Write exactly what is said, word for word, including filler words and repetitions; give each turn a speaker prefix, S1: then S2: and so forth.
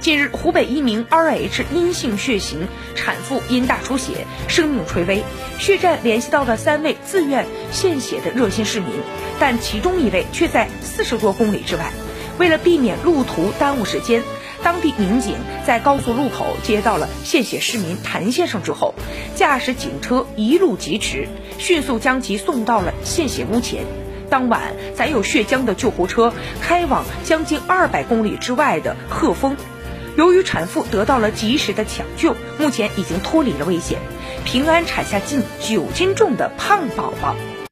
S1: 近日，湖北一名 R H 阴性血型产妇因大出血，生命垂危。血站联系到了三位自愿献血的热心市民，但其中一位却在四十多公里之外。为了避免路途耽误时间，当地民警在高速路口接到了献血市民谭先生之后，驾驶警车一路疾驰，迅速将其送到了献血屋前。当晚，载有血浆的救护车开往将近二百公里之外的鹤峰。由于产妇得到了及时的抢救，目前已经脱离了危险，平安产下近九斤重的胖宝宝。